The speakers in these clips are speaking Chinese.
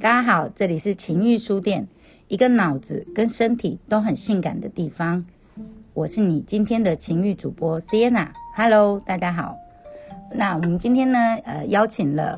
大家好，这里是情欲书店，一个脑子跟身体都很性感的地方。我是你今天的情欲主播 Sienna。Hello， 大家好。那我们今天呢，邀请了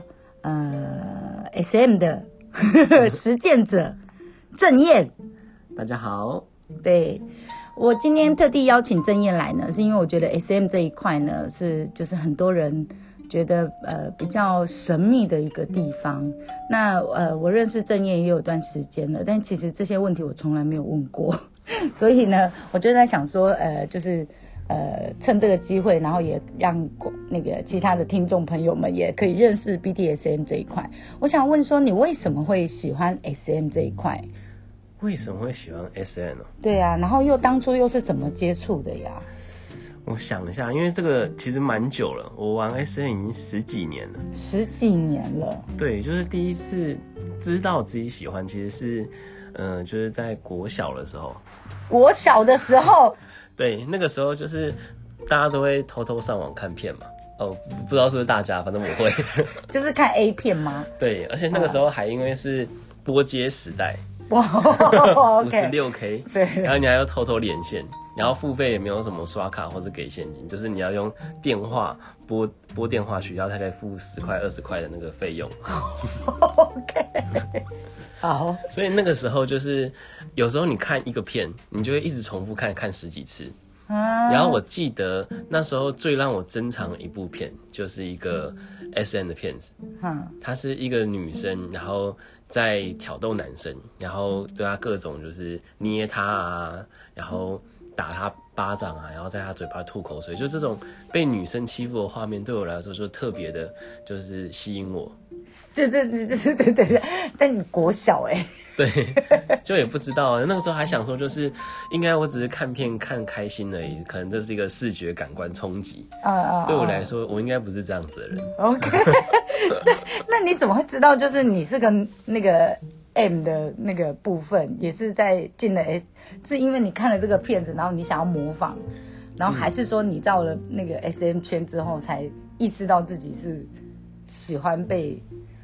SM 的实践者郑燕。 大家好。 对，我今天特地邀请郑燕来呢，是因为我觉得 SM 这一块呢，就是很多人觉得比较神秘的一个地方。那我认识郑燕也有段时间了，但其实这些问题我从来没有问过，所以呢，我就在想说，就是趁这个机会，然后也让那个其他的听众朋友们也可以认识 BDSM 这一块。我想问说，你为什么会喜欢 SM 这一块？ 为什么会喜欢 SM 呢？ 对啊，然后当初又是怎么接触的呀？ 我想一下，因为这个其实蛮久了，我玩 SM 已经10几年了。 10几年了。对， 就是第一次知道自己喜欢，其实是就是在国小的时候。 国小的时候？ 对，那个时候就是大家都会偷偷上网看片嘛。不知道是不是大家，反正我会。 就是看 A 片吗？ 对，而且那个时候还因为是拨接时代。 哇 56K， 对， 然后你还要偷偷连线，然后付费也没有什么刷卡或者给现金，就是你要用电话拨电话去，然后才可以付10块20块的那个费用。 OK， 好。 所以那个时候就是有时候你看一个片，你就会一直重复看10几次。然后我记得那时候最让我珍藏的一部片，就是一个 SM 的片子。她是一个女生，然后在挑逗男生，然后对他各种就是捏他啊，然后打他巴掌啊，然后在他嘴巴吐口水，就这种被女生欺负的画面，对我来说就特别的，就是吸引我。 对，但你国小对，就也不知道那个时候还想说，就是应该我只是看片看开心而已，可能这是一个视觉感官冲击。对我来说，我应该不是这样子的人。 OK， 那你怎么会知道，就是你是个那个 M 的那个部分，也是在进了 S， 是因为你看了这个片子，然后你想要模仿，然后还是说你到了那个 SM 圈之后，才意识到自己是喜欢被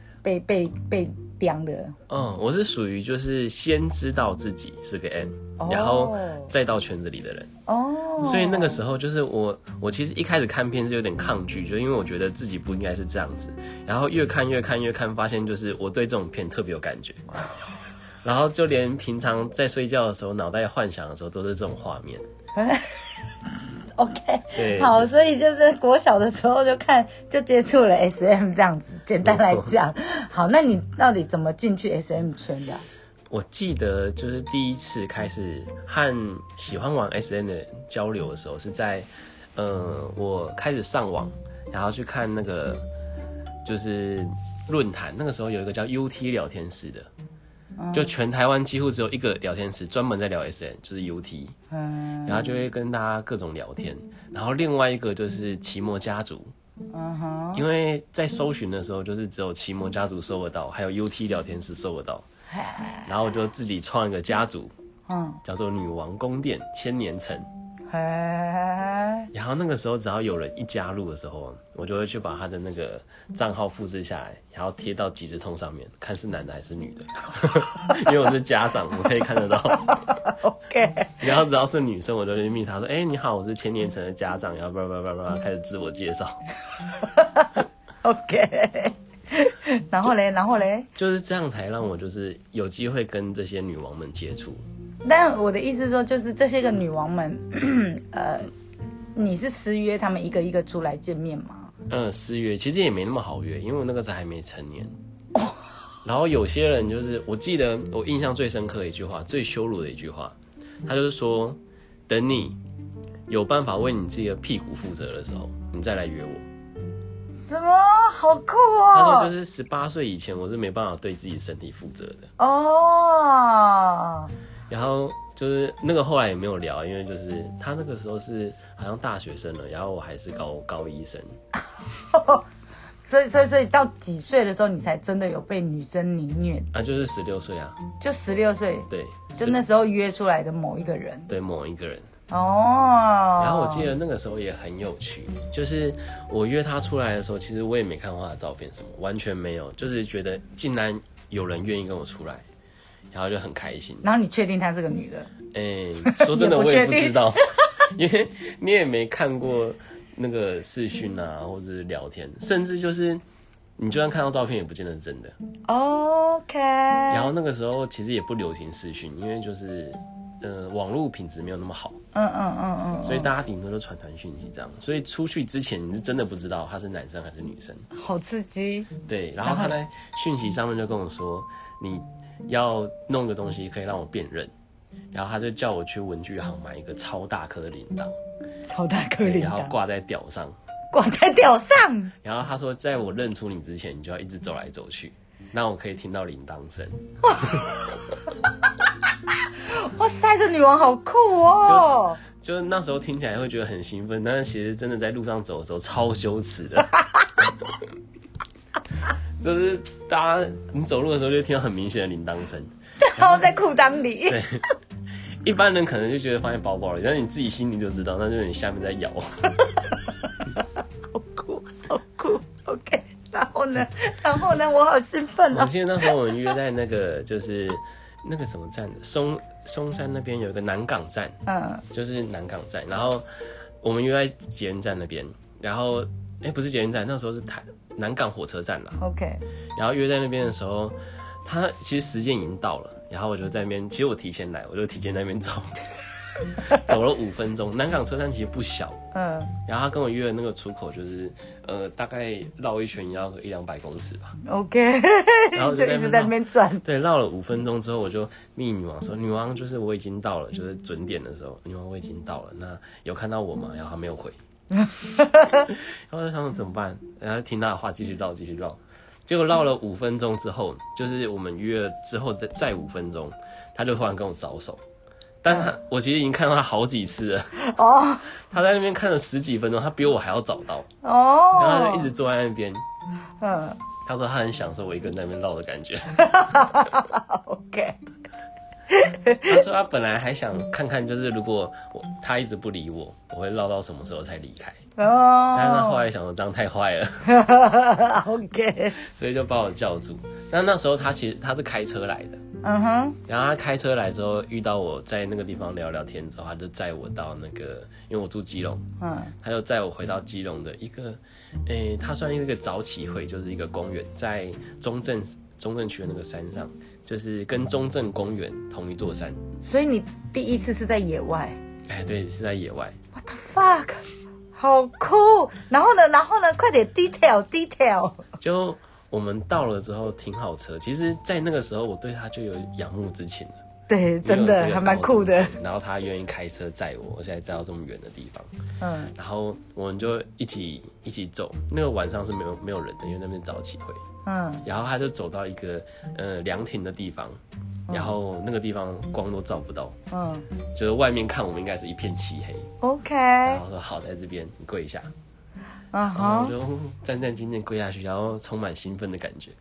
刁的？ 我是属于就是先知道自己是个 M，然后再到圈子里的人。所以那个时候就是我其实一开始看片是有点抗拒，就因为我觉得自己不应该是这样子，然后越看，发现就是我对这种片特别有感觉。然后就连平常在睡觉的时候，脑袋幻想的时候都是这种画面。 OK， 对， 好，所以就是国小的时候就接触了 SM 这样子，简单来讲。好，那你到底怎么进去 SM 圈的？ 我记得就是第一次开始和喜欢玩 SM 的人交流的时候，是在我开始上网，然后去看那个就是论坛，那个时候有一个叫 UT 聊天室的。就全台湾几乎只有一个聊天室专门在聊 SM， 就是 UT， 然后就会跟大家各种聊天。然后另外一个就是奇摩家族，因为在搜寻的时候就是只有奇摩家族搜得到，还有 UT 聊天室搜得到。然后我就自己创一个家族，叫做女王宫殿千年城。然后那个时候只要有人一加入的时候，我就会去把他的那个账号复制下来，然后贴到即时通上面，看是男的还是女的。因为我是家长，我可以看得到。 OK。然后只要是女生，我就去密她说：“你好，我是千年城的家长。”然后开始自我介绍。 OK。然后嘞， 就是这样才让我就是有机会跟这些女王们接触。 但我的意思说，就是这些个女王们，你是私约他们一个一个出来见面吗？ 私约其实也没那么好约，因为我那个时候还没成年。然后有些人就是，我记得我印象最深刻的一句话，最羞辱的一句话，他就是说，等你有办法为你自己的屁股负责的时候，你再来约我。 什么？好酷哦！ 他说就是18岁以前，我是没办法对自己身体负责的。然后就是那个后来也没有聊，因为就是他那个时候是好像大学生了，然后我还是高一生。 所以到几岁的时候你才真的有被女生凌虐啊？就是16岁啊。 就16岁。 对， 就那时候约出来的某一个人。 对，某一个人。然后我记得那个时候也很有趣，就是我约他出来的时候，其实我也没看过他的照片什么，完全没有，就是觉得竟然有人愿意跟我出来，然后就很开心。 然后你确定她是个女的？ 说真的我也不知道，因为你也没看过那个视讯啊，或者是聊天，甚至就是你就算看到照片也不见得是真的。 OK。 然后那个时候其实也不流行视讯，因为就是网络品质没有那么好。所以大家顶多就传讯息这样。所以出去之前你是真的不知道他是男生还是女生。 好刺激。 对，然后他在讯息上面就跟我说，你要弄个东西可以让我辨认，然后他就叫我去文具行买一个超大颗的铃铛， 超大颗铃铛， 然后挂在吊上。 挂在吊上。 然后他说，在我认出你之前，你就要一直走来走去，让我可以听到铃铛声。 哇塞，这女王好酷哦！ 就那时候听起来会觉得很兴奋，但是其实真的在路上走的时候超羞耻的。就是大家你走路的时候就听到很明显的铃铛声， 然后在裤裆里。 对，一般人可能就觉得放在包包里，但是你自己心里就知道，那就是你下面在摇。 好酷，好酷。OK， 然后呢？我好兴奋哦！ 我记得那时候我们约在那个就是那个什么站的松山那边有一个南港站，就是南港站，然后我们约在捷运站那边，然后不是捷运站，那时候是南港火车站啦。 OK， 然后约在那边的时候，他其实时间已经到了，然后我就在那边，其实我提前来，我就提前在那边走，走了5分钟。南港车站其实不小，然后他跟我约的那个出口就是大概绕一圈要100-200公尺吧。 OK， 然后就一直在那边转。 对，绕了5分钟之后，我就密女王说：“女王，就是我已经到了，就是准点的时候，女王我已经到了，那有看到我吗？”然后他没有回。然后就想说怎么办？然后听他的话继续绕，结果绕了5分钟之后，就是我们约了之后再5分钟，他就突然跟我招手。但我其实已经看到他好几次了。他在那边看了10几分钟，他比我还要早到。然后他就一直坐在那边。他说他很享受我一个人在那边绕的感觉。 OK。 他说他本来还想看看，就是如果他一直不理我，我会绕到什么时候才离开。但是他后来想说这样太坏了。 OK。 所以就把我叫住。那时候他其实是开车来的。然后他开车来之后遇到我在那个地方聊聊天之后，他就载我到那个，因为我住基隆，他就载我回到基隆的一个，他算一个早起会，就是一个公园，在中正区的那个山上，就是跟中正公园同一座山。 所以你第一次是在野外？ 对，是在野外。 What the fuck， 好酷！然后呢？快点 detail。 就我们到了之后停好车，其实，在那个时候我对他就有仰慕之情了。对， 真的还蛮酷的。 然后他愿意开车载我，而且还载到这么远的地方。然后我们就一起走。那个晚上是没有人的，因为那边早起会。然后他就走到一个凉亭的地方，然后那个地方光都照不到。就是外面看我们应该是一片漆黑。 OK。 然后说好，在这边你跪一下。然后我就战战兢兢跪下去，然后充满兴奋的感觉。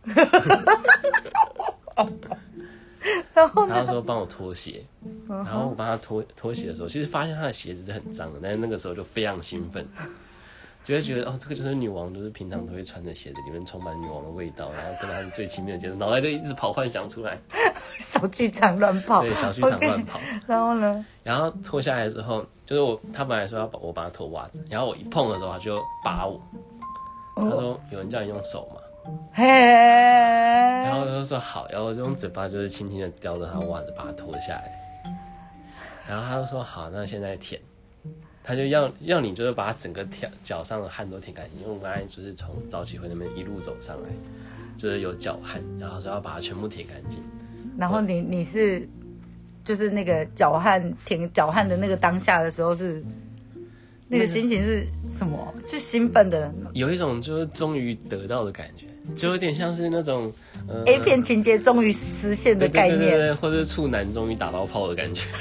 然后说帮我脱鞋，然后我帮他脱鞋的时候，其实发现他的鞋子是很脏的，但是那个时候就非常兴奋，就会觉得这个就是女王，就是平常都会穿的鞋子，里面充满女王的味道，然后跟她最亲密的接触，脑袋就一直跑幻想出来， 小剧场乱跑， 对，小剧场乱跑。 然后呢？ 然后脱下来之后，就是他本来说要我帮他脱袜子，然后我一碰的时候，他就拔我，他说有人叫你用手吗？然后我就说好，然后我就用嘴巴就是轻轻的叼着他袜子把它脱下来，然后他就说好，那现在舔，他就要你就是把他整个脚上的汗都舔干净，因为我刚才就是从早起会那边一路走上来，就是有脚汗，然后说要把它全部舔干净。 然后你是就是那个舔脚汗的那个当下的时候是。那个心情是什么？就兴奋的， 有一种就是终于得到的感觉，就有点像是那种 A 片情节终于实现的概念， 对，或者是处男终于打到炮的感觉。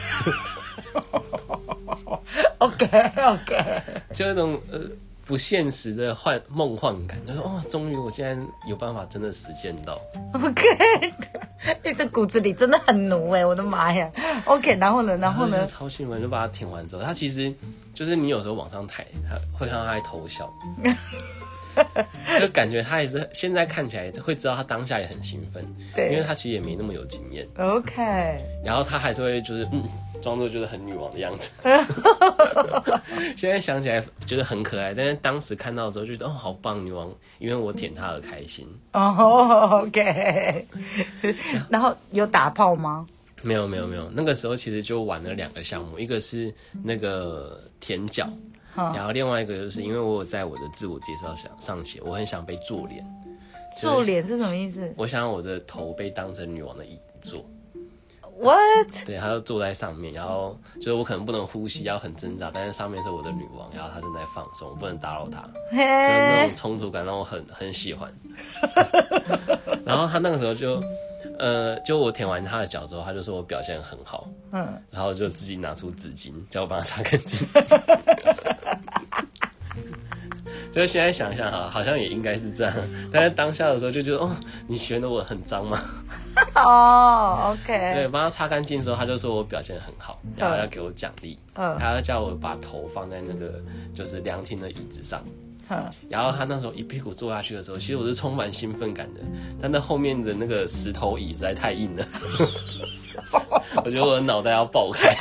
OK， 就那种不现实的梦幻感，就是终于我现在有办法真的实现到。 OK， 你这骨子里真的很奴我的妈呀 ！OK， 然后呢？ 超兴奋，就把它舔完之后，它其实就是你有时候往上抬，它会看到它在偷笑。 就感觉他也是现在看起来会知道他当下也很兴奋， 对， 因为他其实也没那么有经验。 OK， 然后他还是会就是装作就是很女王的样子。现在想起来觉得很可爱，但是当时看到的时候就觉得哦好棒女王，因为我舔她而开心。 哦 OK， 然后有打炮吗？ 没有，那个时候其实就玩了2个项目，一个是那个舔脚，然后另外一个就是因为我有在我的自我介绍上写，我很想被做脸。 做脸是什么意思？ 我想我的头被当成女王的椅子坐。 What？ 对，他就坐在上面，然后就是我可能不能呼吸，要很挣扎，但是上面是我的女王，然后她正在放松，我不能打扰她，就是那种冲突感让我很喜欢。然后他那个时候就我舔完他的脚之后，他就说我表现很好，然后就自己拿出纸巾叫我帮他擦干净。就是现在想想好像也应该是这样，但是当下的时候就觉得哦，你觉得我很脏吗？ 哦 ，OK。 对，帮他擦干净的时候，他就说我表现很好，然后要给我奖励，他要叫我把头放在那个就是凉亭的椅子上。然后他那时候一屁股坐下去的时候，其实我是充满兴奋感的，但那后面的那个石头椅实在太硬了，我觉得我的脑袋要爆开，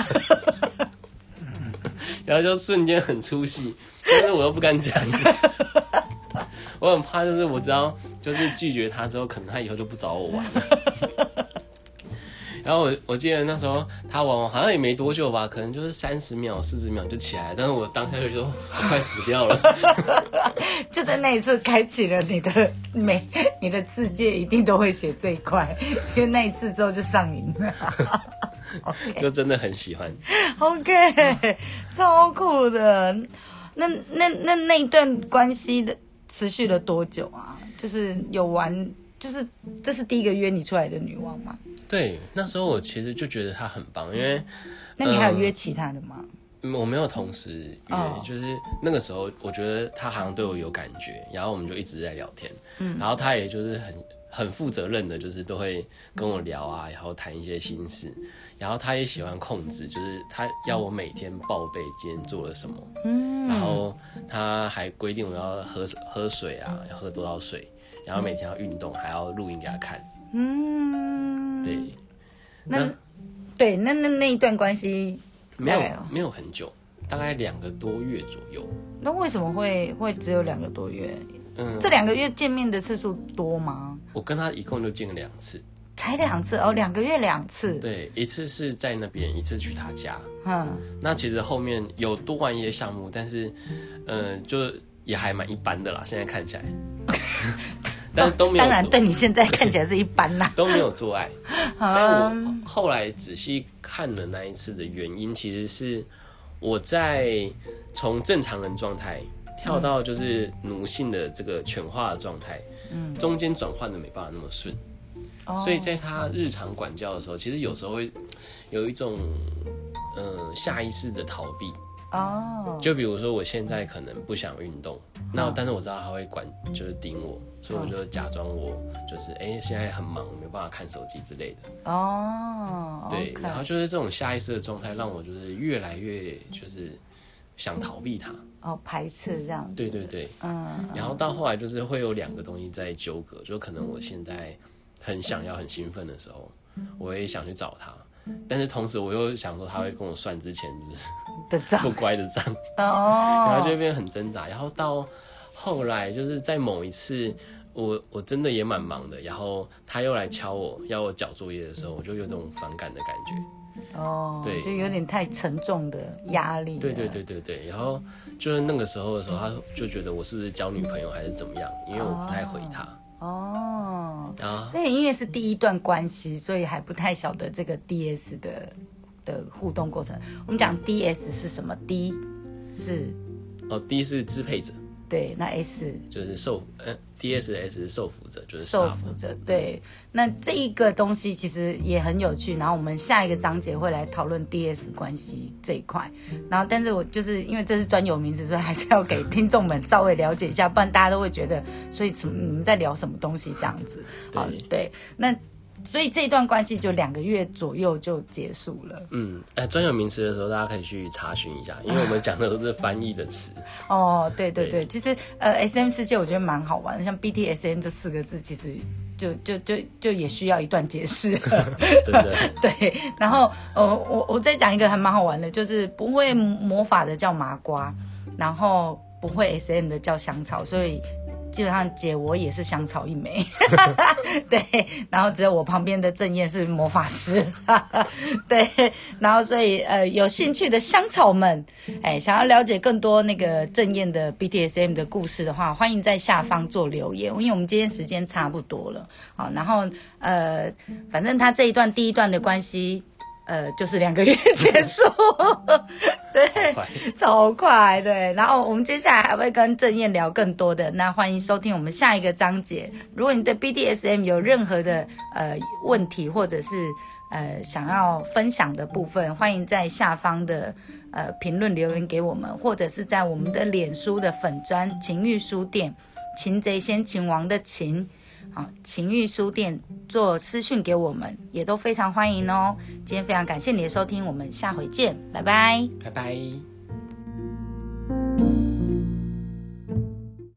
然后就瞬间很出戏，但是我又不敢讲，我很怕，就是我知道就是拒绝他之后，可能他以后就不找我玩了。然后我记得那时候他玩好像也没多久吧，可能就是30秒、40秒就起来，但是我当下就说我快死掉了。 就在那一次开启了你的字界一定都会写这一块，因为那一次之后就上瘾了。 Okay. 就真的很喜欢。 OK， 超酷的。那一段关系的持续了多久啊？就是有玩，就是这是第一个约你出来的女王吗？ 对，那时候我其实就觉得她很棒，因为那你还有约其他的吗？ 我没有同时约，就是那个时候我觉得她好像对我有感觉，然后我们就一直在聊天，然后她也就是很负责任的，就是都会跟我聊啊，然后谈一些心事，然后她也喜欢控制，就是她要我每天报备今天做了什么，然后她还规定我要喝水啊，要喝多少水，然后每天要运动，还要录影给她看。对， 那一段关系没有很久，大概2个多月左右。 那为什么会只有2个多月？这2个月见面的次数多吗？ 我跟他一共就见了2次， 才2次哦，2个月2次。 对，一次是在那边，一次去他家。那其实后面有多玩一些项目，但是就也还蛮一般的啦，现在看起来。但是都没有， 当然对你现在看起来是一般啦， 都没有做爱。但我后来仔细看了那一次的原因，其实是我在从正常人状态跳到就是奴性的这个犬化的状态，中间转换的没办法那么顺，所以在他日常管教的时候，其实有时候会有一种下意识的逃避。就比如说我现在可能不想运动，但是我知道他会就是盯我，所以我就假装我就是现在很忙，没办法看手机之类的。对， okay. 然后就是这种下意识的状态，让我就是越来越就是想逃避他， 排斥这样子。 对，然后到后来就是会有2个东西在纠葛，就可能我现在很想要很兴奋的时候，我会想去找他。但是同时我又想说他会跟我算之前就是不乖的账，然后就会变得很挣扎。然后到后来就是在某一次我真的也蛮忙的，然后他又来敲我要我交作业的时候，我就有那种反感的感觉。对， 就有点太沉重的压力。 对，然后就是那个时候的时候，他就觉得我是不是交女朋友还是怎么样，因为我不太回他。 所以因为是第一段关系，所以还不太晓得这个 DS 的互动过程。我们讲 DS 是什么 ？D 是 D 是支配者， 对，那 S 就是DS 的 S 是受服者，就是受服者。对，那这一个东西其实也很有趣。然后我们下一个章节会来讨论 DS 关系这一块。然后，但是我就是因为这是专有名词，所以还是要给听众们稍微了解一下，不然大家都会觉得，所以你们在聊什么东西这样子。对，那所以这段关系就2个月左右就结束了。 专有名词的时候大家可以去查询一下，因为我们讲的都是翻译的词。 哦，对对对，其实SM 世界我觉得蛮好玩的，像 BDSM 这4个字，其实就也需要一段解释。 真的。 对，然后我再讲一个还蛮好玩的，就是不会魔法的叫麻瓜，然后不会 SM 的叫香草，所以基本上姐我也是香草一枚。对，然后只有我旁边的正燕是魔法师。对，然后所以有兴趣的香草们，想要了解更多那个正燕的 BDSM 的故事的话，欢迎在下方做留言，因为我们今天时间差不多了。好，然后反正他这一段第一段的关系就是2个月结束。对，超快。对，然后我们接下来还会跟正燕聊更多的，那欢迎收听我们下一个章节。如果你对 BDSM 有任何的问题，或者是想要分享的部分，欢迎在下方的评论留言给我们，或者是在我们的脸书的粉专情欲书店，擒贼先擒王的擒，好，情欲书店做私讯给我们，也都非常欢迎哦。今天非常感谢你的收听，我们下回见，拜拜， 拜拜。